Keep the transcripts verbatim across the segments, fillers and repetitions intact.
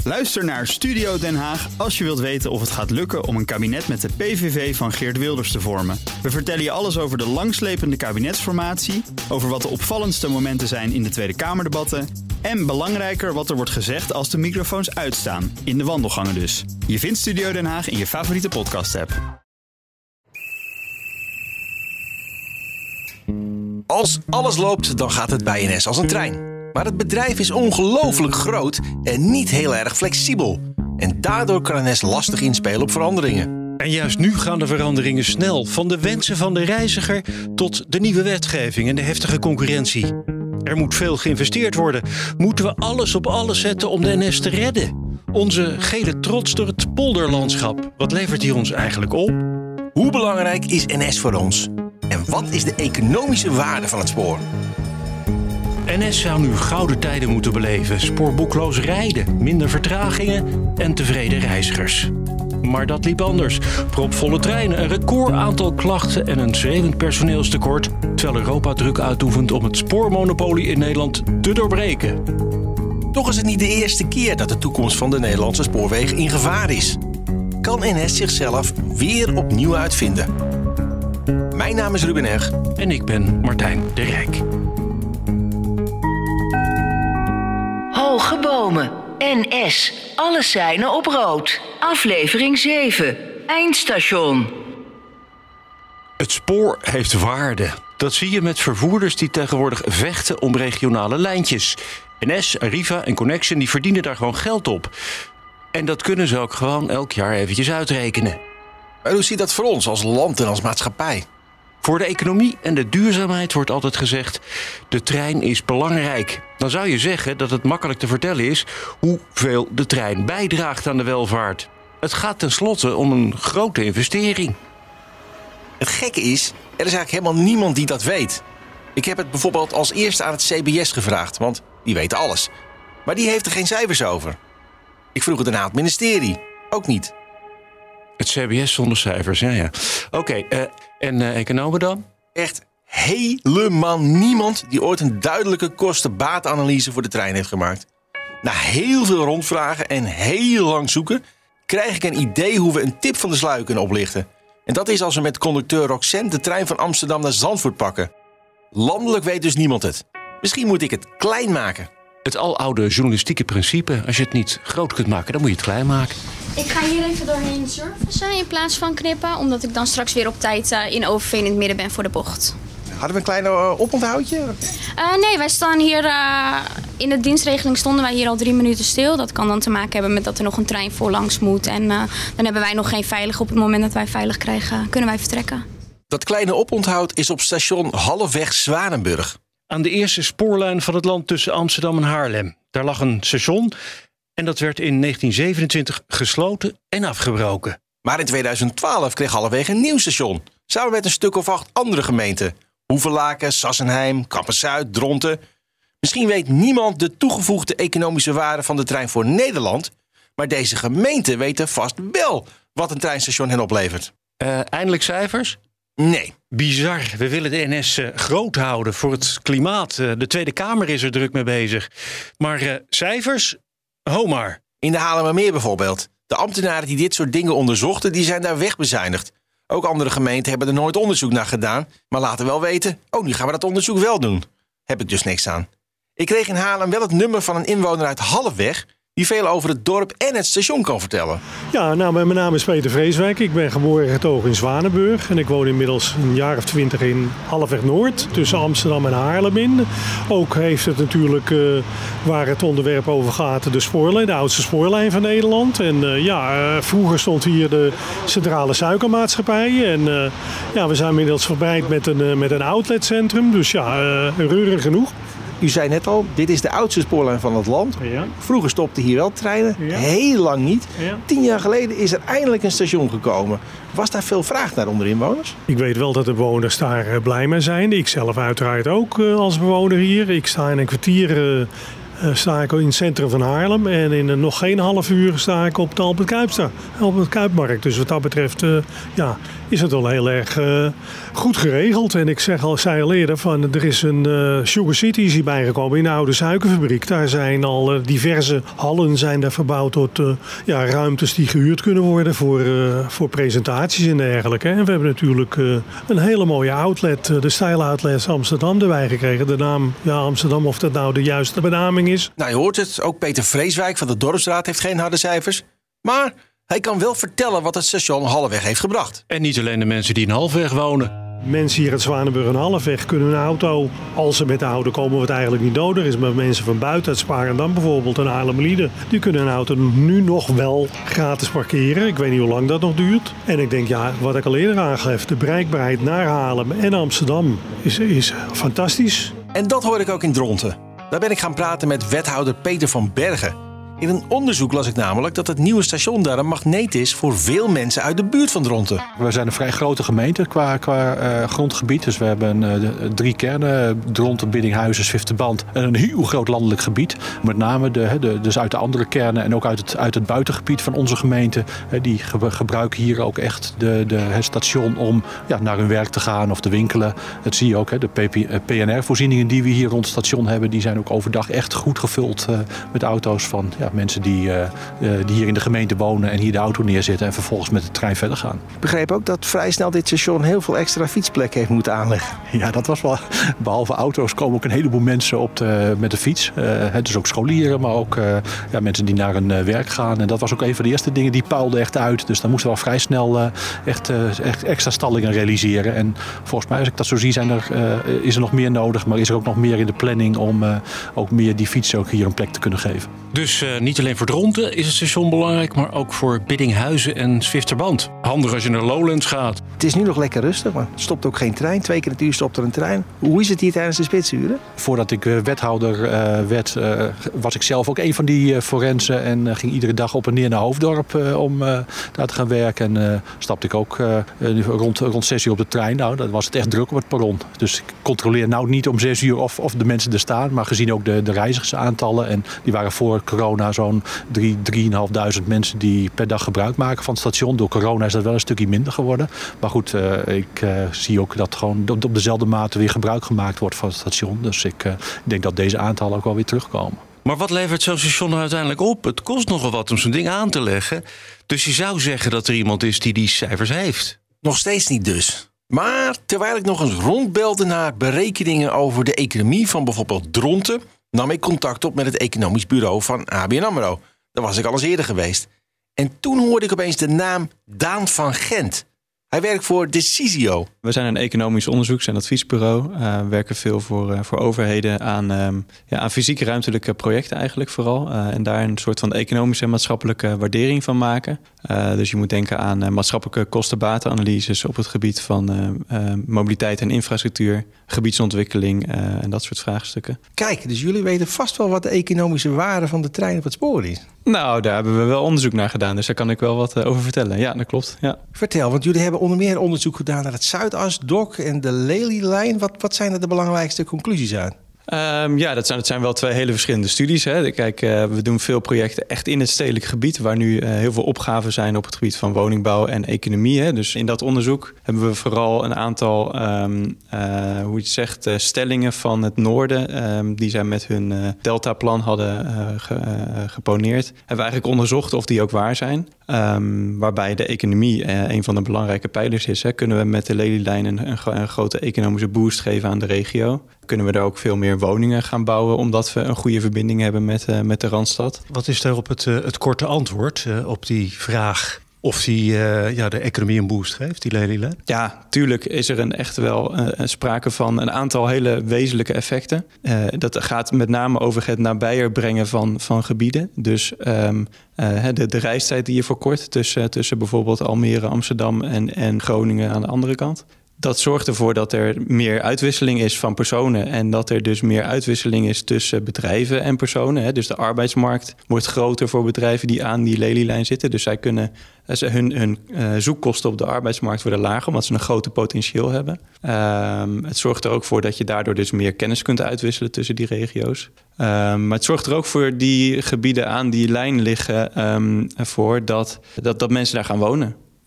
Luister naar Studio Den Haag als je wilt weten of het gaat lukken om een kabinet met de P V V van Geert Wilders te vormen. We vertellen je alles over de langslepende kabinetsformatie, over wat de opvallendste momenten zijn in de Tweede Kamerdebatten en belangrijker wat er wordt gezegd als de microfoons uitstaan, in de wandelgangen dus. Je vindt Studio Den Haag in je favoriete podcast-app. Als alles loopt, dan gaat het bij N S als een trein. Maar het bedrijf is ongelooflijk groot en niet heel erg flexibel. En daardoor kan N S lastig inspelen op veranderingen. En juist nu gaan de veranderingen snel. Van de wensen van de reiziger tot de nieuwe wetgeving en de heftige concurrentie. Er moet veel geïnvesteerd worden. Moeten we alles op alles zetten om de N S te redden? Onze gele trots door het polderlandschap. Wat levert die ons eigenlijk op? Hoe belangrijk is N S voor ons? En wat is de economische waarde van het spoor? N S zou nu gouden tijden moeten beleven. Spoorboekloos rijden, minder vertragingen en tevreden reizigers. Maar dat liep anders. Propvolle treinen, een record aantal klachten en een schreeuwend personeelstekort, terwijl Europa druk uitoefent om het spoormonopolie in Nederland te doorbreken. Toch is het niet de eerste keer dat de toekomst van de Nederlandse spoorwegen in gevaar is. Kan N S zichzelf weer opnieuw uitvinden? Mijn naam is Ruben Eg. En ik ben Martijn de Rijk. Hoge bomen. N S. Alle seinen op rood. Aflevering zeven. Eindstation. Het spoor heeft waarde. Dat zie je met vervoerders die tegenwoordig vechten om regionale lijntjes. N S, Arriva en Connection die verdienen daar gewoon geld op. En dat kunnen ze ook gewoon elk jaar eventjes uitrekenen. Maar hoe ziet dat voor ons als land en als maatschappij? Voor de economie en de duurzaamheid wordt altijd gezegd, de trein is belangrijk. Dan zou je zeggen dat het makkelijk te vertellen is hoeveel de trein bijdraagt aan de welvaart. Het gaat tenslotte om een grote investering. Het gekke is, er is eigenlijk helemaal niemand die dat weet. Ik heb het bijvoorbeeld als eerste aan het C B S gevraagd, want die weten alles. Maar die heeft er geen cijfers over. Ik vroeg het daarna aan het ministerie, ook niet. Het C B S zonder cijfers, ja ja. Oké, okay, uh, en uh, economen dan? Echt helemaal niemand die ooit een duidelijke kosten-baatanalyse voor de trein heeft gemaakt. Na heel veel rondvragen en heel lang zoeken krijg ik een idee hoe we een tip van de sluier kunnen oplichten. En dat is als we met conducteur Roxanne de trein van Amsterdam naar Zandvoort pakken. Landelijk weet dus niemand het. Misschien moet ik het klein maken. Het aloude journalistieke principe, als je het niet groot kunt maken, dan moet je het klein maken. Ik ga hier even doorheen surfen in plaats van knippen, omdat ik dan straks weer op tijd uh, in Overveen in het midden ben voor de bocht. Hadden we een klein uh, oponthoudje? Uh, nee, wij staan hier, uh, in de dienstregeling stonden wij hier al drie minuten stil. Dat kan dan te maken hebben met dat er nog een trein voorlangs moet. En uh, dan hebben wij nog geen veilig. Op het moment dat wij veilig krijgen, kunnen wij vertrekken. Dat kleine oponthoud is op station halfweg Zwanenburg. Aan de eerste spoorlijn van het land tussen Amsterdam en Haarlem. Daar lag een station en dat werd in negentien zevenentwintig gesloten en afgebroken. Maar in tweeduizend twaalf kreeg Halfweg een nieuw station. Samen met een stuk of acht andere gemeenten. Hoevelaken, Sassenheim, Kampen-Zuid, Dronten. Misschien weet niemand de toegevoegde economische waarde van de trein voor Nederland. Maar deze gemeenten weten vast wel wat een treinstation hen oplevert. Uh, eindelijk cijfers? Nee. Bizar. We willen de N S uh, groot houden voor het klimaat. Uh, de Tweede Kamer is er druk mee bezig. Maar uh, cijfers? Ho maar. In de Haarlemmermeer bijvoorbeeld. De ambtenaren die dit soort dingen onderzochten, die zijn daar wegbezuinigd. Ook andere gemeenten hebben er nooit onderzoek naar gedaan, maar laten wel weten, oh, nu gaan we dat onderzoek wel doen. Heb ik dus niks aan. Ik kreeg in Haarlem wel het nummer van een inwoner uit Halfweg, die veel over het dorp en het station kan vertellen. Ja, nou, mijn naam is Peter Vreeswijk. Ik ben geboren en getogen in Zwanenburg. En ik woon inmiddels een jaar of twintig in Halfweg Noord, tussen Amsterdam en Haarlem in. Ook heeft het natuurlijk, uh, waar het onderwerp over gaat, de spoorlijn, de oudste spoorlijn van Nederland. En uh, ja, uh, vroeger stond hier de Centrale Suikermaatschappij. En uh, ja, we zijn inmiddels verbreid met een, uh, met een outletcentrum. Dus ja, uh, reurig genoeg. U zei net al, dit is de oudste spoorlijn van het land. Ja. Vroeger stopten hier wel treinen, ja. Heel lang niet. Ja. Tien jaar geleden is er eindelijk een station gekomen. Was daar veel vraag naar onder inwoners? Ik weet wel dat de bewoners daar blij mee zijn. Ik zelf uiteraard ook als bewoner hier. Ik sta in een kwartier uh, sta ik in het centrum van Haarlem. En in uh, nog geen half uur sta ik op de Albert Kuipstra, Albert Kuipmarkt. Dus wat dat betreft uh, ja, is het wel heel erg uh, goed geregeld. En ik zeg al, zei al eerder, van, er is een uh, Sugar City is hierbij gekomen in de oude suikerfabriek. Daar zijn al uh, diverse hallen zijn daar verbouwd tot uh, ja, ruimtes die gehuurd kunnen worden voor, uh, voor presentaties en dergelijke. En we hebben natuurlijk uh, een hele mooie outlet, uh, de Style Outlets Amsterdam erbij gekregen. De naam ja, Amsterdam, of dat nou de juiste benaming is. Nou, je hoort het. Ook Peter Vreeswijk van de Dorpsraad heeft geen harde cijfers. Maar hij kan wel vertellen wat het station Halleweg heeft gebracht. En niet alleen de mensen die in Halfweg wonen. Mensen hier in Zwanenburg en Halleweg kunnen een auto, als ze met de auto komen wat eigenlijk niet nodig is, maar mensen van buiten uit Sparendam bijvoorbeeld en Haarlemmerlieden, die kunnen een auto nu nog wel gratis parkeren. Ik weet niet hoe lang dat nog duurt. En ik denk, ja, wat ik al eerder aangaf, de bereikbaarheid naar Haarlem en Amsterdam is, is fantastisch. En dat hoor ik ook in Dronten. Daar ben ik gaan praten met wethouder Peter van Bergen. In een onderzoek las ik namelijk dat het nieuwe station daar een magneet is voor veel mensen uit de buurt van Dronten. We zijn een vrij grote gemeente qua, qua uh, grondgebied. Dus we hebben uh, de, drie kernen, Dronten, Biddinghuizen, Zwifterband. En een heel groot landelijk gebied. Met name de, de, dus uit de andere kernen en ook uit het, uit het buitengebied van onze gemeente. Die ge, gebruiken hier ook echt de, de, het station om ja, naar hun werk te gaan of te winkelen. Dat zie je ook. Hè, de P N R-voorzieningen die we hier rond het station hebben, die zijn ook overdag echt goed gevuld uh, met auto's van ja, mensen die, uh, die hier in de gemeente wonen en hier de auto neerzetten en vervolgens met de trein verder gaan. Ik begreep ook dat vrij snel dit station heel veel extra fietsplekken heeft moeten aanleggen. Ja, dat was wel. Behalve auto's komen ook een heleboel mensen op de, met de fiets. Uh, dus ook scholieren, maar ook uh, ja, mensen die naar hun uh, werk gaan. En dat was ook een van de eerste dingen die puilde echt uit. Dus dan moesten we al vrij snel uh, echt, uh, echt extra stallingen realiseren. En volgens mij, als ik dat zo zie, zijn er, uh, is er nog meer nodig. Maar is er ook nog meer in de planning om uh, ook meer die fietsen ook hier een plek te kunnen geven. Dus uh, niet alleen voor Dronten is het station belangrijk, maar ook voor Biddinghuizen en Zwifterband. Handig als je naar Lowlands gaat. Het is nu nog lekker rustig, maar er stopt ook geen trein. Twee keer het uur stopt er een trein. Hoe is het hier tijdens de spitsuren? Voordat ik uh, wethouder uh, werd, uh, was ik zelf ook een van die uh, forensen. En uh, ging iedere dag op en neer naar Hoofddorp uh, om uh, daar te gaan werken. En uh, stapte ik ook uh, rond, rond zes uur op de trein. Nou, dan was het echt druk op het perron. Dus ik controleer nou niet om zes uur of, of de mensen er staan. Maar gezien ook de, de reizigersaantallen. En die waren voor corona zo'n drie, drieënhalfduizend mensen die per dag gebruik maken van het station. Door corona is dat wel een stukje minder geworden. Maar goed, uh, ik uh, zie ook dat gewoon op, op dezelfde mate weer gebruik gemaakt wordt van het station. Dus ik uh, denk dat deze aantallen ook wel weer terugkomen. Maar wat levert zo'n station nou uiteindelijk op? Het kost nogal wat om zo'n ding aan te leggen. Dus je zou zeggen dat er iemand is die die cijfers heeft. Nog steeds niet dus. Maar terwijl ik nog eens rondbelde naar berekeningen over de economie van bijvoorbeeld Dronten, nam ik contact op met het economisch bureau van A B N AMRO. Daar was ik al eens eerder geweest. En toen hoorde ik opeens de naam Daan van Gent. Hij werkt voor Decisio. We zijn een economisch onderzoeks- en adviesbureau. Uh, we werken veel voor, uh, voor overheden aan, um, ja, aan fysieke ruimtelijke projecten eigenlijk vooral. Uh, en daar een soort van economische en maatschappelijke waardering van maken. Uh, dus je moet denken aan uh, maatschappelijke kosten-batenanalyses op het gebied van uh, uh, mobiliteit en infrastructuur, gebiedsontwikkeling uh, en dat soort vraagstukken. Kijk, dus jullie weten vast wel wat de economische waarde van de trein op het spoor is. Nou, daar hebben we wel onderzoek naar gedaan, dus daar kan ik wel wat uh, over vertellen. Ja, dat klopt. Ja. Vertel, want jullie hebben onder meer onderzoek gedaan naar het Zuidas-Dok en de Lelylijn. Wat, wat zijn er de belangrijkste conclusies uit? Um, ja, dat zijn, dat zijn wel twee hele verschillende studies. Hè. Kijk, uh, we doen veel projecten echt in het stedelijk gebied, waar nu uh, heel veel opgaven zijn op het gebied van woningbouw en economie. Hè. Dus in dat onderzoek hebben we vooral een aantal, um, uh, hoe je het zegt, uh, stellingen van het noorden, um, die zij met hun uh, deltaplan hadden uh, ge, uh, geponeerd. Hebben we eigenlijk onderzocht of die ook waar zijn. Um, waarbij de economie uh, een van de belangrijke pijlers is. Hè. Kunnen we met de Lelylijn een, een, een grote economische boost geven aan de regio? Kunnen we er ook veel meer woningen gaan bouwen, omdat we een goede verbinding hebben met, uh, met de Randstad? Wat is daarop het, uh, het korte antwoord uh, op die vraag of die uh, ja, de economie een boost geeft, die Lelylijn? Ja, tuurlijk is er een echt wel uh, sprake van een aantal hele wezenlijke effecten. Uh, dat gaat met name over het nabijer brengen van, van gebieden. Dus um, uh, de, de reistijd die je verkort tussen, tussen bijvoorbeeld Almere, Amsterdam en, en Groningen aan de andere kant. Dat zorgt ervoor dat er meer uitwisseling is van personen en dat er dus meer uitwisseling is tussen bedrijven en personen. Dus de arbeidsmarkt wordt groter voor bedrijven die aan die Lelylijn zitten. Dus zij kunnen, hun, hun zoekkosten op de arbeidsmarkt worden lager omdat ze een groter potentieel hebben. Um, het zorgt er ook voor dat je daardoor dus meer kennis kunt uitwisselen tussen die regio's. Um, maar het zorgt er ook voor die gebieden aan die lijn liggen um, voor dat, dat, dat mensen daar gaan wonen.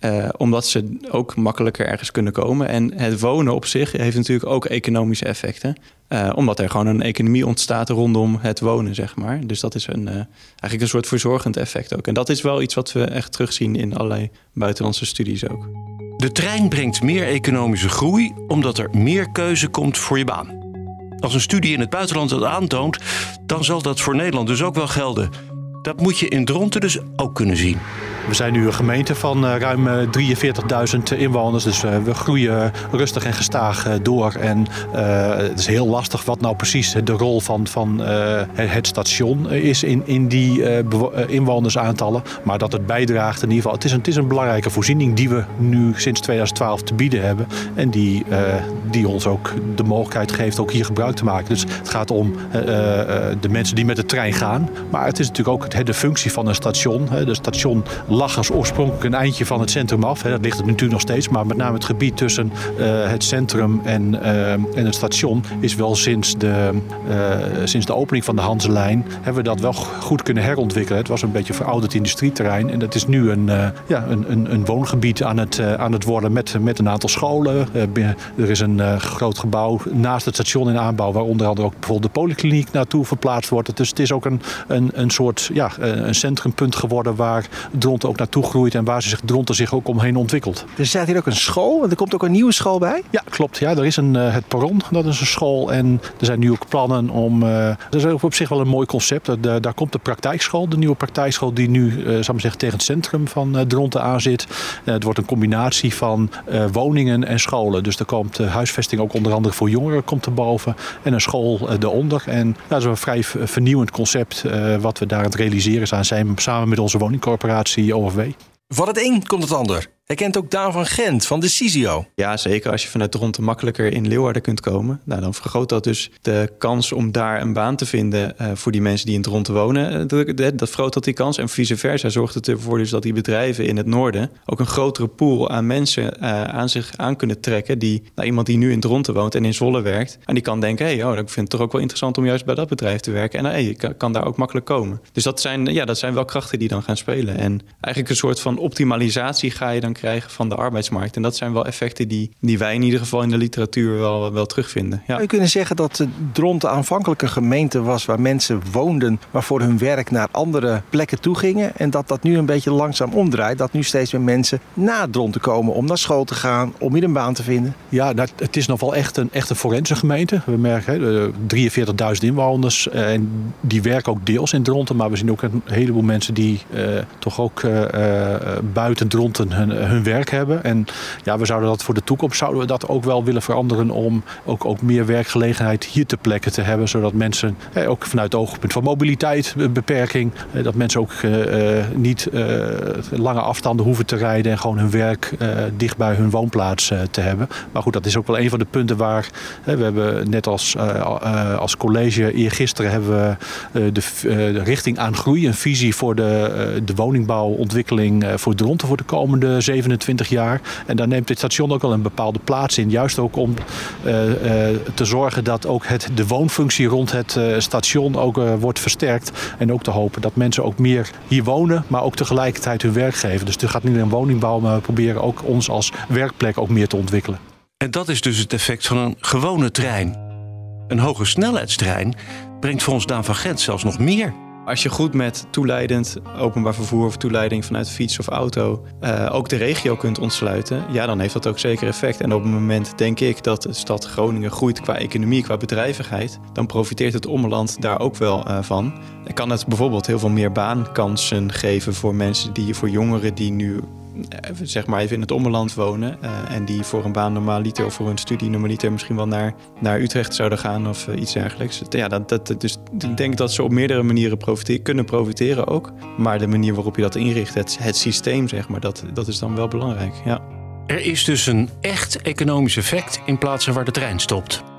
Uh, omdat ze ook makkelijker ergens kunnen komen. En het wonen op zich heeft natuurlijk ook economische effecten. Uh, omdat er gewoon een economie ontstaat rondom het wonen, zeg maar. Dus dat is een, uh, eigenlijk een soort verzorgend effect ook. En dat is wel iets wat we echt terugzien in allerlei buitenlandse studies ook. De trein brengt meer economische groei omdat er meer keuze komt voor je baan. Als een studie in het buitenland dat aantoont, dan zal dat voor Nederland dus ook wel gelden. Dat moet je in Dronten dus ook kunnen zien. We zijn nu een gemeente van uh, ruim uh, drieënveertigduizend inwoners. Dus uh, we groeien rustig en gestaag uh, door. En uh, het is heel lastig wat nou precies de rol van, van uh, het station is in, in die uh, bewo- uh, inwonersaantallen. Maar dat het bijdraagt in ieder geval. Het is, een, het is een belangrijke voorziening die we nu sinds tweeduizend twaalf te bieden hebben. En die, uh, die ons ook de mogelijkheid geeft ook hier gebruik te maken. Dus het gaat om uh, uh, de mensen die met de trein gaan. Maar het is natuurlijk ook de functie van een station. De station lag als oorspronkelijk een eindje van het centrum af. Dat ligt het natuurlijk nog steeds. Maar met name het gebied tussen uh, het centrum en, uh, en het station is wel sinds de, uh, sinds de opening van de Hanselijn hebben we dat wel goed kunnen herontwikkelen. Het was een beetje verouderd industrieterrein. En dat is nu een, uh, ja, een, een, een woongebied aan het, uh, aan het worden met, met een aantal scholen. Uh, er is een uh, groot gebouw naast het station in aanbouw waar onder andere ook bijvoorbeeld de polykliniek naartoe verplaatst wordt. Dus het is ook een, een, een soort ja, een centrumpunt geworden waar Dronten ook naartoe groeit en waar ze zich Dronten zich ook omheen ontwikkelt. Er staat hier ook een school, want er komt ook een nieuwe school bij? Ja, klopt. Ja, er is een, uh, het Perron, dat is een school. En er zijn nu ook plannen om... Uh, dat is ook op zich wel een mooi concept. Uh, daar komt de praktijkschool, de nieuwe praktijkschool die nu uh, zal maar zeggen, tegen het centrum van uh, Dronten aan zit. Uh, het wordt een combinatie van uh, woningen en scholen. Dus er komt uh, huisvesting ook onder andere voor jongeren komt erboven. En een school uh, eronder. En uh, dat is een vrij vernieuwend concept uh, wat we daar aan het realiseren zijn, zijn samen met onze woningcorporatie O F W. Van het een komt het ander. Hij kent ook Daan van Gent van de Cysio. Ja, zeker. Als je vanuit Dronten makkelijker in Leeuwarden kunt komen, nou, dan vergroot dat dus de kans om daar een baan te vinden uh, voor die mensen die in Dronten wonen. Dat, dat vergroot dat die kans. En vice versa zorgt het ervoor dus dat die bedrijven in het noorden ook een grotere pool aan mensen uh, aan zich aan kunnen trekken. Die, nou, iemand die nu in Dronten woont en in Zwolle werkt. En die kan denken, hé, hey, oh, ik vind het toch ook wel interessant om juist bij dat bedrijf te werken. En hey, ik kan daar ook makkelijk komen. Dus dat zijn, ja, dat zijn wel krachten die dan gaan spelen. En eigenlijk een soort van optimalisatie ga je dan krijgen van de arbeidsmarkt. En dat zijn wel effecten die, die wij in ieder geval in de literatuur wel, wel terugvinden. Ja. Zou je kunnen zeggen dat Dronten aanvankelijk een gemeente was waar mensen woonden, waar voor hun werk naar andere plekken toe gingen en dat dat nu een beetje langzaam omdraait, dat nu steeds meer mensen naar Dronten komen om naar school te gaan, om hier een baan te vinden? Ja, nou, het is nog wel echt een, echt een forense gemeente. We merken hè, drieënveertigduizend inwoners en die werken ook deels in Dronten, maar we zien ook een heleboel mensen die uh, toch ook uh, uh, buiten Dronten hun, hun werk hebben. En ja, we zouden dat voor de toekomst zouden we dat ook wel willen veranderen om ook, ook meer werkgelegenheid hier ter plekke te hebben, zodat mensen, eh, ook vanuit het oogpunt van mobiliteit, beperking, eh, dat mensen ook eh, niet eh, lange afstanden hoeven te rijden en gewoon hun werk eh, dicht bij hun woonplaats eh, te hebben. Maar goed, dat is ook wel een van de punten waar eh, we hebben net als, uh, uh, als college eergisteren hebben we uh, de, uh, de richting aan groei, een visie voor de, uh, de woningbouwontwikkeling uh, voor Dronten voor de komende zevenentwintig jaar. En daar neemt dit station ook wel een bepaalde plaats in. Juist ook om uh, uh, te zorgen dat ook het, de woonfunctie rond het uh, station ook uh, wordt versterkt. En ook te hopen dat mensen ook meer hier wonen, maar ook tegelijkertijd hun werk geven. Dus het gaat niet alleen woningbouw, maar we proberen ook ons als werkplek ook meer te ontwikkelen. En dat is dus het effect van een gewone trein. Een hoge snelheidstrein brengt volgens Daan van Gent zelfs nog meer. Als je goed met toeleidend openbaar vervoer of toeleiding vanuit fiets of auto uh, ook de regio kunt ontsluiten, ja, dan heeft dat ook zeker effect. En op het moment denk ik dat de stad Groningen groeit qua economie, qua bedrijvigheid, dan profiteert het omland daar ook wel uh, van. Dan kan het bijvoorbeeld heel veel meer baankansen geven voor mensen die, voor jongeren die nu zeg maar even in het ommeland wonen uh, en die voor een baan normaliter of voor een studie normaliter misschien wel naar, naar Utrecht zouden gaan of uh, iets dergelijks. Ja, dat, dat, dus ik denk dat ze op meerdere manieren profiteer, kunnen profiteren ook. Maar de manier waarop je dat inricht, het, het systeem zeg maar, dat, dat is dan wel belangrijk. Ja. Er is dus een echt economisch effect in plaatsen waar de trein stopt.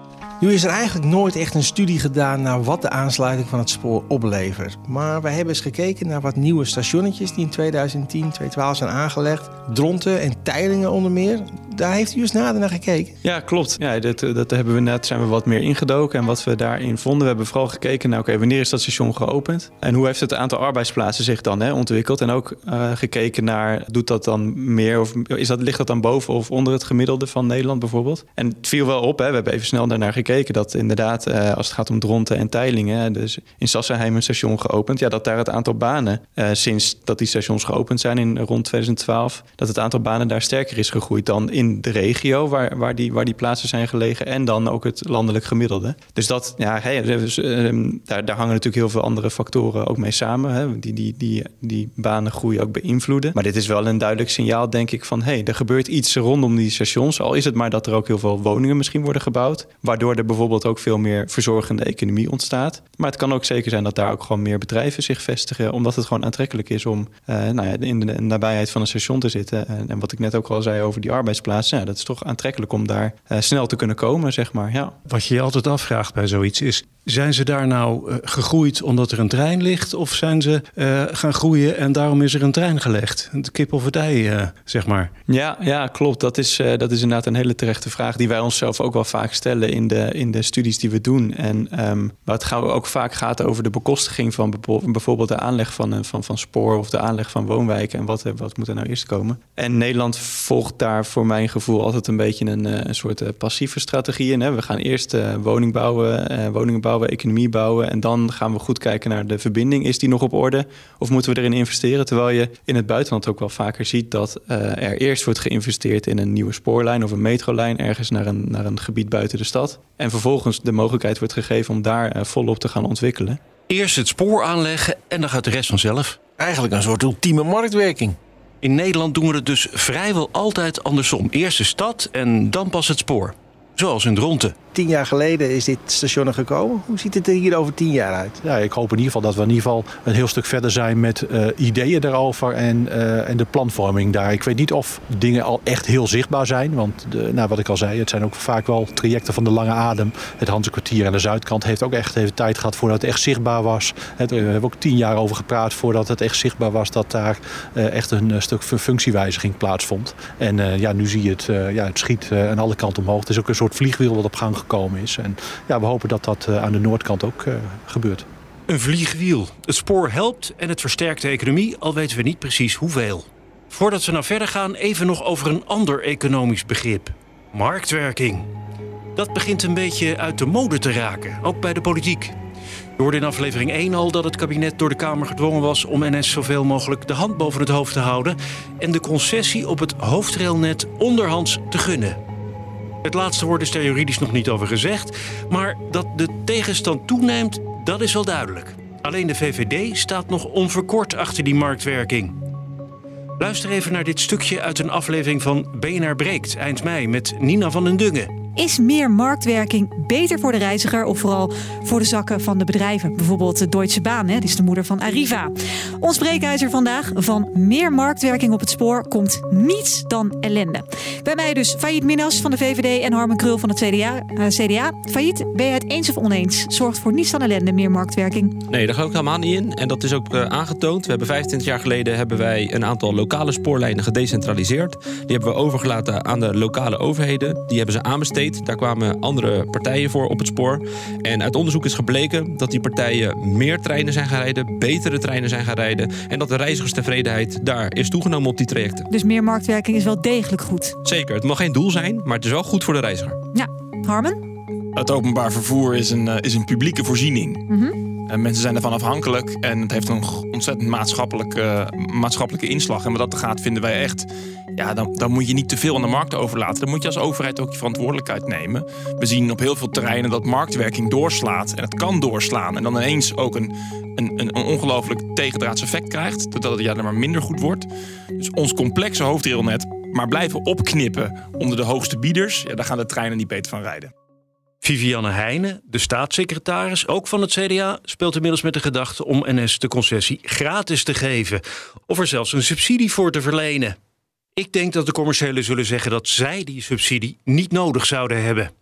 Nu is er eigenlijk nooit echt een studie gedaan naar wat de aansluiting van het spoor oplevert. Maar wij hebben eens gekeken naar wat nieuwe stationnetjes die in tweeduizend tien, tweeduizend twaalf zijn aangelegd. Dronten en Teylingen onder meer. Daar heeft u eens nader naar gekeken. Ja, klopt. Ja, dat, dat hebben we net, zijn we wat meer ingedoken. En wat we daarin vonden, we hebben vooral gekeken naar, oké, okay, wanneer is dat station geopend? En hoe heeft het aantal arbeidsplaatsen zich dan hè, ontwikkeld? En ook uh, gekeken naar, doet dat dan meer of is dat, ligt dat dan boven of onder het gemiddelde van Nederland bijvoorbeeld? En het viel wel op, hè, we hebben even snel daarnaar gekeken, dat inderdaad, uh, als het gaat om Dronten en Teylingen, dus in Sassenheim een station geopend, ja, dat daar het aantal banen, uh, sinds dat die stations geopend zijn in rond tweeduizend twaalf, dat het aantal banen daar sterker is gegroeid dan in de regio waar, waar, die, waar die plaatsen zijn gelegen en dan ook het landelijk gemiddelde. Dus dat, ja, hey, dus, uh, daar, daar hangen natuurlijk heel veel andere factoren ook mee samen, hè, die, die, die, die banengroei ook beïnvloeden. Maar dit is wel een duidelijk signaal, denk ik, van hey, er gebeurt iets rondom die stations, al is het maar dat er ook heel veel woningen misschien worden gebouwd, waardoor er bijvoorbeeld ook veel meer verzorgende economie ontstaat. Maar het kan ook zeker zijn dat daar ook gewoon meer bedrijven zich vestigen, omdat het gewoon aantrekkelijk is om uh, nou ja, in de nabijheid van een station te zitten. En, en wat ik net ook al zei over die arbeidsplaatsen, ja, dat is toch aantrekkelijk om daar uh, snel te kunnen komen, zeg maar. Ja. Wat je je altijd afvraagt bij zoiets is, zijn ze daar nou uh, gegroeid omdat er een trein ligt? Of zijn ze uh, gaan groeien en daarom is er een trein gelegd? De kip of het ei, uh, zeg maar. Ja, ja, klopt. Dat is, uh, dat is inderdaad een hele terechte vraag die wij onszelf ook wel vaak stellen in de, in de studies die we doen. En um, waar het ook vaak gaat over de bekostiging van bijvoorbeeld de aanleg van, van, van spoor of de aanleg van woonwijken. En wat, wat moet er nou eerst komen? En Nederland volgt daar voor mijn gevoel altijd een beetje een, een soort uh, passieve strategie in. Hè? We gaan eerst uh, woning bouwen, uh, woningen bouwen, economie bouwen. En dan gaan we goed kijken naar de verbinding. Is die nog op orde? Of moeten we erin investeren? Terwijl je in het buitenland ook wel vaker ziet dat uh, er eerst wordt geïnvesteerd in een nieuwe spoorlijn of een metrolijn ergens naar een, naar een gebied buiten de stad. En vervolgens de mogelijkheid wordt gegeven om daar uh, volop te gaan ontwikkelen. Eerst het spoor aanleggen en dan gaat de rest vanzelf. Eigenlijk een soort ultieme marktwerking. In Nederland doen we het dus vrijwel altijd andersom. Eerst de stad en dan pas het spoor. Zoals in Dronten. Tien jaar geleden is dit station er gekomen. Hoe ziet het er hier over tien jaar uit? Ja, ik hoop in ieder geval dat we in ieder geval een heel stuk verder zijn met uh, ideeën daarover en, uh, en de planvorming daar. Ik weet niet of dingen al echt heel zichtbaar zijn. Want de, nou, wat ik al zei, het zijn ook vaak wel trajecten van de lange adem. Het Hanzekwartier aan de zuidkant heeft ook echt even tijd gehad voordat het echt zichtbaar was. Het, we hebben ook tien jaar over gepraat voordat het echt zichtbaar was dat daar uh, echt een uh, stuk functiewijziging plaatsvond. En uh, ja, nu zie je het, uh, ja, het schiet uh, aan alle kanten omhoog. Het is ook een soort vliegwiel wat op gang gekomen is. En ja, we hopen dat dat uh, aan de noordkant ook uh, gebeurt. Een vliegwiel. Het spoor helpt en het versterkt de economie, al weten we niet precies hoeveel. Voordat we nou verder gaan, even nog over een ander economisch begrip. Marktwerking. Dat begint een beetje uit de mode te raken, ook bij de politiek. Je hoorde in aflevering één al dat het kabinet door de Kamer gedwongen was om N S zoveel mogelijk de hand boven het hoofd te houden en de concessie op het hoofdrailnet onderhands te gunnen. Het laatste woord is er juridisch nog niet over gezegd, maar dat de tegenstand toeneemt, dat is wel duidelijk. Alleen de V V D staat nog onverkort achter die marktwerking. Luister even naar dit stukje uit een aflevering van B N R Breekt eind mei met Nina van den Dungen. Is meer marktwerking beter voor de reiziger of vooral voor de zakken van de bedrijven? Bijvoorbeeld de Deutsche Bahn, hè, die is de moeder van Arriva. Ons breekijzer vandaag: van meer marktwerking op het spoor komt niets dan ellende. Bij mij dus Faïd Minhas van de V V D en Harmen Krul van het C D A. Uh, C D A. Faïd, ben je het eens of oneens? Zorgt voor niets dan ellende meer marktwerking? Nee, daar ga ik helemaal niet in. En dat is ook uh, aangetoond. We hebben vijfentwintig jaar geleden hebben wij een aantal lokale spoorlijnen gedecentraliseerd. Die hebben we overgelaten aan de lokale overheden. Die hebben ze aanbesteed. Daar kwamen andere partijen voor op het spoor. En uit onderzoek is gebleken dat die partijen meer treinen zijn gaan rijden, betere treinen zijn gaan rijden en dat de reizigerstevredenheid daar is toegenomen op die trajecten. Dus meer marktwerking is wel degelijk goed? Zeker. Het mag geen doel zijn, maar het is wel goed voor de reiziger. Ja. Harmen? Het openbaar vervoer is een, uh, is een publieke voorziening. Mm-hmm. En mensen zijn ervan afhankelijk en het heeft een ontzettend maatschappelijke, maatschappelijke inslag. En wat dat gaat, vinden wij echt, ja, dan, dan moet je niet te veel aan de markt overlaten. Dan moet je als overheid ook je verantwoordelijkheid nemen. We zien op heel veel terreinen dat marktwerking doorslaat en het kan doorslaan. En dan ineens ook een, een, een ongelooflijk tegendraads effect krijgt, doordat het ja, er maar minder goed wordt. Dus ons complexe hoofdrailnet maar blijven opknippen onder de hoogste bieders, ja, daar gaan de treinen niet beter van rijden. Vivianne Heijnen, de staatssecretaris, ook van het C D A, speelt inmiddels met de gedachte om N S de concessie gratis te geven. Of er zelfs een subsidie voor te verlenen. Ik denk dat de commerciëlen zullen zeggen dat zij die subsidie niet nodig zouden hebben.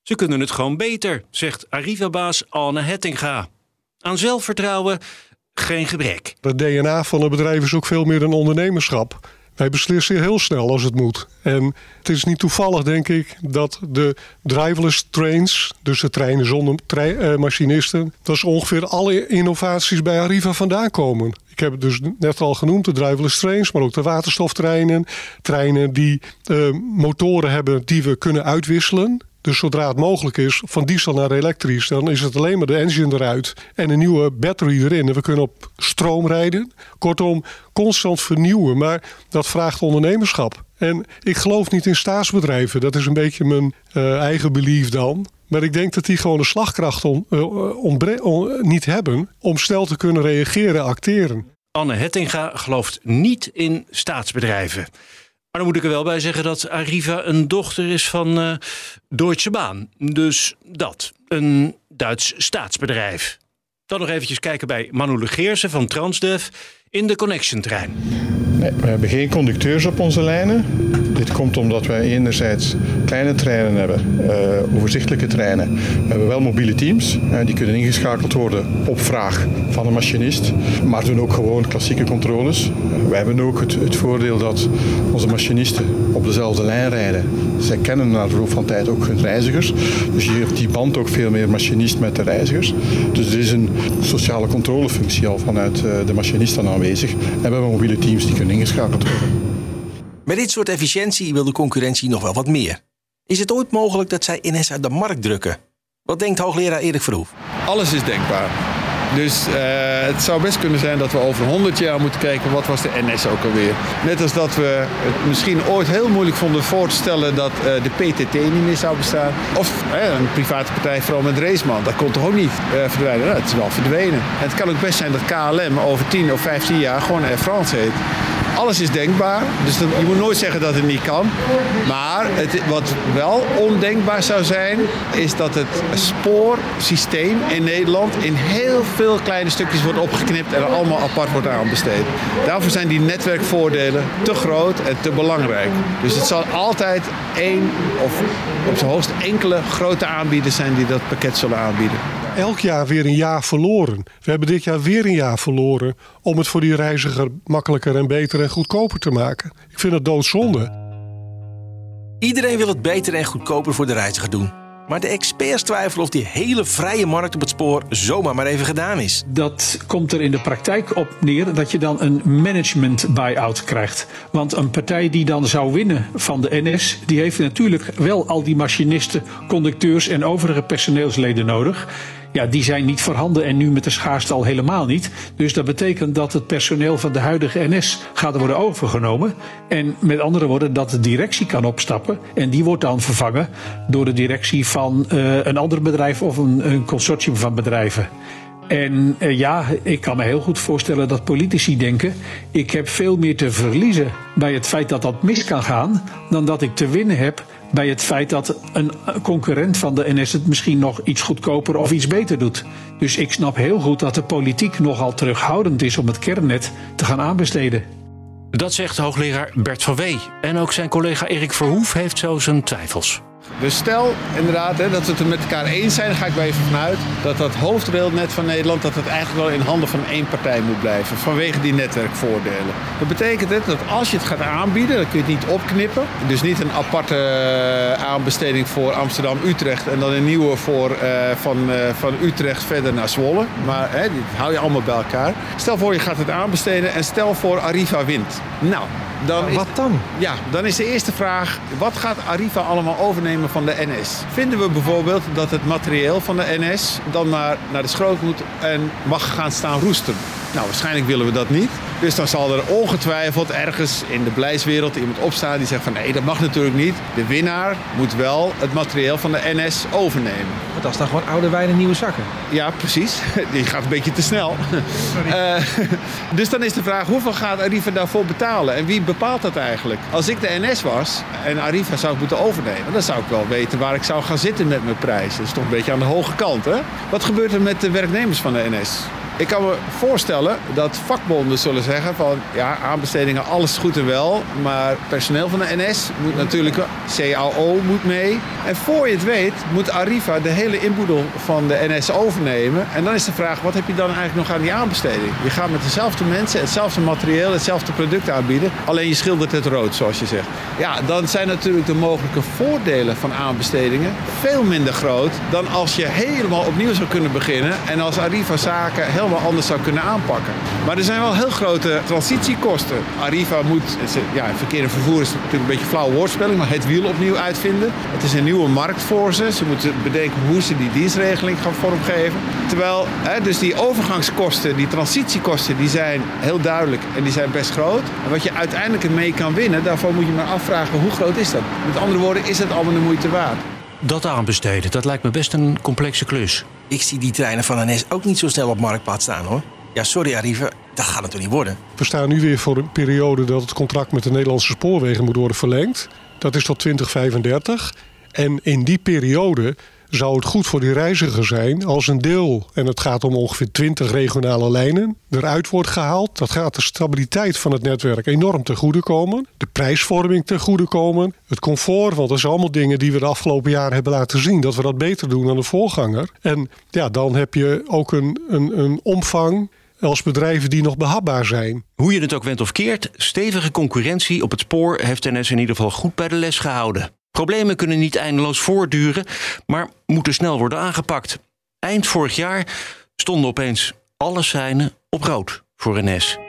Ze kunnen het gewoon beter, zegt Arriva-baas Anne Hettinga. Aan zelfvertrouwen geen gebrek. Het D N A van het bedrijf is ook veel meer een ondernemerschap. Wij beslissen heel snel als het moet. En het is niet toevallig, denk ik, dat de driverless trains, dus de treinen zonder trein, eh, machinisten, dat is ongeveer alle innovaties bij Arriva vandaan komen. Ik heb het dus net al genoemd, de driverless trains, maar ook de waterstoftreinen. Treinen die eh, motoren hebben die we kunnen uitwisselen. Dus zodra het mogelijk is, van diesel naar elektrisch, dan is het alleen maar de engine eruit en een nieuwe battery erin. En we kunnen op stroom rijden. Kortom, constant vernieuwen, maar dat vraagt ondernemerschap. En ik geloof niet in staatsbedrijven. Dat is een beetje mijn uh, eigen belief dan. Maar ik denk dat die gewoon de slagkracht on, uh, ontbre- on, niet hebben om snel te kunnen reageren en acteren. Anne Hettinga gelooft niet in staatsbedrijven. Maar dan moet ik er wel bij zeggen dat Arriva een dochter is van uh, Deutsche Bahn. Dus dat, een Duits staatsbedrijf. Dan nog eventjes kijken bij Manu Legeersen van Transdev in de Connection-trein. Nee, we hebben geen conducteurs op onze lijnen. Dit komt omdat wij enerzijds kleine treinen hebben, uh, overzichtelijke treinen. We hebben wel mobiele teams, uh, die kunnen ingeschakeld worden op vraag van een machinist. Maar doen ook gewoon klassieke controles. Uh, wij hebben ook het, het voordeel dat onze machinisten op dezelfde lijn rijden. Zij kennen na verloop van tijd ook hun reizigers. Dus je hebt die band ook veel meer machinist met de reizigers. Dus er is een sociale controlefunctie al vanuit uh, de machinist dan aanwezig. En we hebben mobiele teams die kunnen ingeschakeld worden. Met dit soort efficiëntie wil de concurrentie nog wel wat meer. Is het ooit mogelijk dat zij N S uit de markt drukken? Wat denkt hoogleraar Erik Verhoef? Alles is denkbaar. Dus uh, het zou best kunnen zijn dat we over honderd jaar moeten kijken wat was de N S ook alweer. Net als dat we het misschien ooit heel moeilijk vonden voor te stellen dat uh, de P T T niet meer zou bestaan. Of uh, een private partij vooral met Raceman, dat kon toch ook niet uh, verdwijnen. Nou, het is wel verdwenen. En het kan ook best zijn dat K L M over tien of vijftien jaar gewoon Air France heet. Alles is denkbaar, dus dat, je moet nooit zeggen dat het niet kan. Maar het, wat wel ondenkbaar zou zijn, is dat het spoorsysteem in Nederland in heel veel kleine stukjes wordt opgeknipt en er allemaal apart wordt aanbesteed. Daarvoor zijn die netwerkvoordelen te groot en te belangrijk. Dus het zal altijd één of op zijn hoogst enkele grote aanbieders zijn die dat pakket zullen aanbieden. Elk jaar weer een jaar verloren. We hebben dit jaar weer een jaar verloren om het voor die reiziger makkelijker en beter en goedkoper te maken. Ik vind het doodzonde. Iedereen wil het beter en goedkoper voor de reiziger doen. Maar de experts twijfelen of die hele vrije markt op het spoor zomaar maar even gedaan is. Dat komt er in de praktijk op neer dat je dan een management buy-out krijgt. Want een partij die dan zou winnen van de N S, die heeft natuurlijk wel al die machinisten, conducteurs en overige personeelsleden nodig. Ja, die zijn niet voorhanden en nu met de schaarste al helemaal niet. Dus dat betekent dat het personeel van de huidige N S gaat worden overgenomen. En met andere woorden dat de directie kan opstappen. En die wordt dan vervangen door de directie van uh, een ander bedrijf of een, een consortium van bedrijven. En uh, ja, ik kan me heel goed voorstellen dat politici denken, ik heb veel meer te verliezen bij het feit dat dat mis kan gaan, dan dat ik te winnen heb bij het feit dat een concurrent van de N S het misschien nog iets goedkoper of iets beter doet. Dus ik snap heel goed dat de politiek nogal terughoudend is om het kernnet te gaan aanbesteden. Dat zegt hoogleraar Bert van Wee. En ook zijn collega Erik Verhoef heeft zo zijn twijfels. Dus stel inderdaad hè, dat we het er met elkaar eens zijn, daar ga ik bij even vanuit, dat dat hoofdrailnet van Nederland, dat het eigenlijk wel in handen van één partij moet blijven, vanwege die netwerkvoordelen. Dat betekent het dat als je het gaat aanbieden, dan kun je het niet opknippen. Dus niet een aparte aanbesteding voor Amsterdam-Utrecht en dan een nieuwe voor, uh, van, uh, van Utrecht verder naar Zwolle. Maar hè, die hou je allemaal bij elkaar. Stel voor je gaat het aanbesteden en stel voor Arriva wint. Nou, dan is, wat dan? Ja, dan is de eerste vraag, wat gaat Arriva allemaal overnemen van de N S? Vinden we bijvoorbeeld dat het materieel van de N S dan maar naar de schroot moet en mag gaan staan roesten? Nou, waarschijnlijk willen we dat niet. Dus dan zal er ongetwijfeld ergens in de beleidswereld iemand opstaan die zegt van nee, dat mag natuurlijk niet. De winnaar moet wel het materieel van de N S overnemen. Maar dat is dan gewoon oude wijn in nieuwe zakken. Ja, precies. Die gaat een beetje te snel. Uh, dus dan is de vraag, hoeveel gaat Arriva daarvoor betalen? En wie bepaalt dat eigenlijk? Als ik de N S was en Arriva zou ik moeten overnemen, dan zou ik wel weten waar ik zou gaan zitten met mijn prijs. Dat is toch een beetje aan de hoge kant, hè? Wat gebeurt er met de werknemers van de N S? Ik kan me voorstellen dat vakbonden zullen zeggen van ja, aanbestedingen, alles goed en wel. Maar personeel van de N S moet natuurlijk, C A O moet mee. En voor je het weet moet Arriva de hele inboedel van de N S overnemen. En dan is de vraag, wat heb je dan eigenlijk nog aan die aanbesteding? Je gaat met dezelfde mensen, hetzelfde materieel, hetzelfde product aanbieden. Alleen je schildert het rood, zoals je zegt. Ja, dan zijn natuurlijk de mogelijke voordelen van aanbestedingen veel minder groot dan als je helemaal opnieuw zou kunnen beginnen en als Arriva zaken helemaal anders zou kunnen aanpakken. Maar er zijn wel heel grote transitiekosten. Arriva moet, ja, verkeer en vervoer is natuurlijk een beetje flauw woordspeling, maar het wiel opnieuw uitvinden. Het is een nieuwe markt voor ze. Ze moeten bedenken hoe ze die dienstregeling gaan vormgeven. Terwijl, hè, dus die overgangskosten, die transitiekosten, die zijn heel duidelijk en die zijn best groot. En wat je uiteindelijk ermee kan winnen, daarvoor moet je maar afvragen hoe groot is dat? Met andere woorden, is het allemaal de moeite waard? Dat aanbesteden, dat lijkt me best een complexe klus. Ik zie die treinen van N S ook niet zo snel op Marktplaats staan, hoor. Ja, sorry Arriva, dat gaat natuurlijk niet worden. We staan nu weer voor een periode dat het contract met de Nederlandse spoorwegen moet worden verlengd. Dat is tot twintig vijfendertig. En in die periode zou het goed voor die reiziger zijn als een deel, en het gaat om ongeveer twintig regionale lijnen, eruit wordt gehaald. Dat gaat de stabiliteit van het netwerk enorm ten goede komen. De prijsvorming ten goede komen. Het comfort, want dat zijn allemaal dingen die we de afgelopen jaren hebben laten zien. Dat we dat beter doen dan de voorganger. En ja, dan heb je ook een, een, een omvang als bedrijven die nog behapbaar zijn. Hoe je het ook went of keert, stevige concurrentie op het spoor heeft N S in ieder geval goed bij de les gehouden. Problemen kunnen niet eindeloos voortduren, maar moeten snel worden aangepakt. Eind vorig jaar stonden opeens alle seinen op rood voor N S.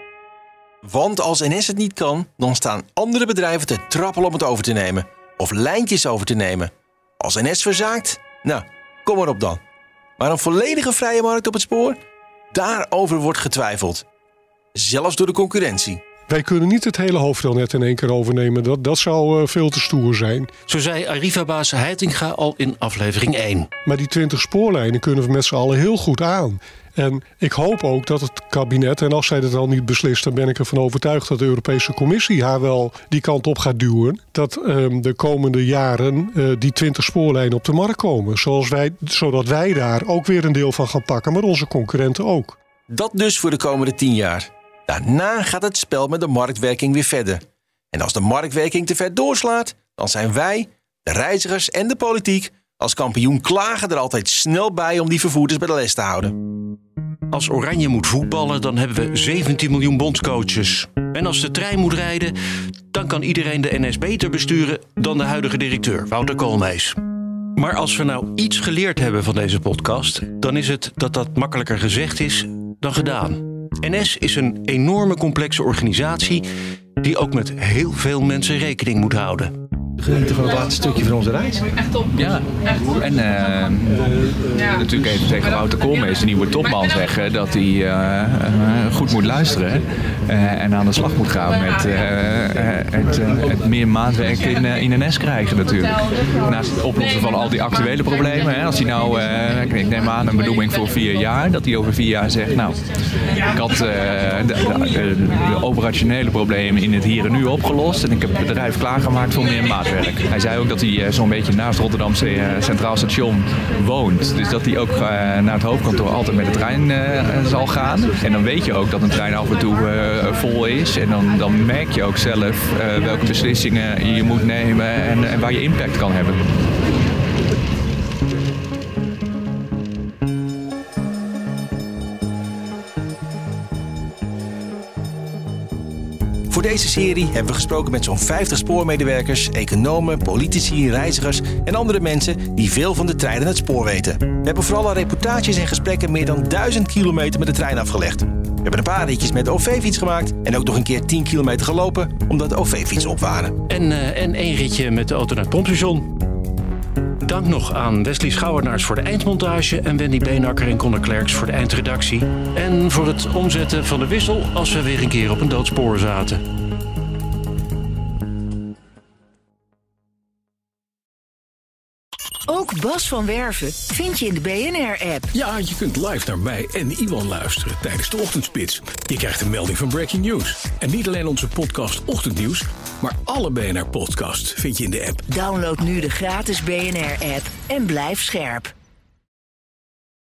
Want als N S het niet kan, dan staan andere bedrijven te trappelen om het over te nemen. Of lijntjes over te nemen. Als N S verzaakt, nou, kom maar op dan. Maar een volledige vrije markt op het spoor? Daarover wordt getwijfeld. Zelfs door de concurrentie. Wij kunnen niet het hele hoofddelnet in één keer overnemen. Dat, dat zou uh, veel te stoer zijn. Zo zei Arriva-baas Heitinga al in aflevering één. Maar die twintig spoorlijnen kunnen we met z'n allen heel goed aan. En ik hoop ook dat het kabinet, en als zij dat al niet beslist, dan ben ik ervan overtuigd dat de Europese Commissie haar wel die kant op gaat duwen. Dat um, de komende jaren uh, die twintig spoorlijnen op de markt komen. Zoals wij, zodat wij daar ook weer een deel van gaan pakken, maar onze concurrenten ook. Dat dus voor de komende tien jaar. Daarna gaat het spel met de marktwerking weer verder. En als de marktwerking te ver doorslaat, dan zijn wij, de reizigers en de politiek als kampioen klagen er altijd snel bij om die vervoerders bij de les te houden. Als Oranje moet voetballen, dan hebben we zeventien miljoen bondscoaches. En als de trein moet rijden, dan kan iedereen de N S beter besturen dan de huidige directeur, Wouter Koolmees. Maar als we nou iets geleerd hebben van deze podcast, dan is het dat dat makkelijker gezegd is dan gedaan. N S is een enorme complexe organisatie die ook met heel veel mensen rekening moet houden. Genieten van het laatste stukje van onze reis. Ja, en uh, natuurlijk even tegen Wouter Koolmees, de nieuwe topman, zeggen dat hij uh, uh, goed moet luisteren uh, en aan de slag moet gaan met uh, het, uh, het meer maatwerk in, uh, in N S krijgen natuurlijk. Naast het oplossen van al die actuele problemen. Hè, als hij nou, uh, ik neem aan een benoeming voor vier jaar, dat hij over vier jaar zegt, nou, ik had uh, de, de, de, de operationele problemen in het hier en nu opgelost en ik heb het bedrijf klaargemaakt voor meer maatwerk. Hij zei ook dat hij zo'n beetje naast Rotterdamse Centraal Station woont. Dus dat hij ook naar het hoofdkantoor altijd met de trein uh, zal gaan. En dan weet je ook dat een trein af en toe uh, vol is. En dan, dan merk je ook zelf uh, welke beslissingen je moet nemen en, en waar je impact kan hebben. Voor deze serie hebben we gesproken met zo'n vijftig spoormedewerkers, economen, politici, reizigers en andere mensen die veel van de trein en het spoor weten. We hebben vooral aan reportages en gesprekken meer dan duizend kilometer met de trein afgelegd. We hebben een paar ritjes met de O V-fiets gemaakt en ook nog een keer tien kilometer gelopen omdat de O V-fietsen op waren. En, uh, en één ritje met de auto naar het pompstation. Dank nog aan Wesley Schouwenaars voor de eindmontage en Wendy Beenakker en Conor Klerks voor de eindredactie. En voor het omzetten van de wissel als we weer een keer op een doodspoor zaten. Ook Bas van Werven vind je in de B N R-app. Ja, je kunt live naar mij en Iwan luisteren tijdens de ochtendspits. Je krijgt een melding van Breaking News. En niet alleen onze podcast Ochtendnieuws, maar alle B N R-podcasts vind je in de app. Download nu de gratis B N R-app en blijf scherp.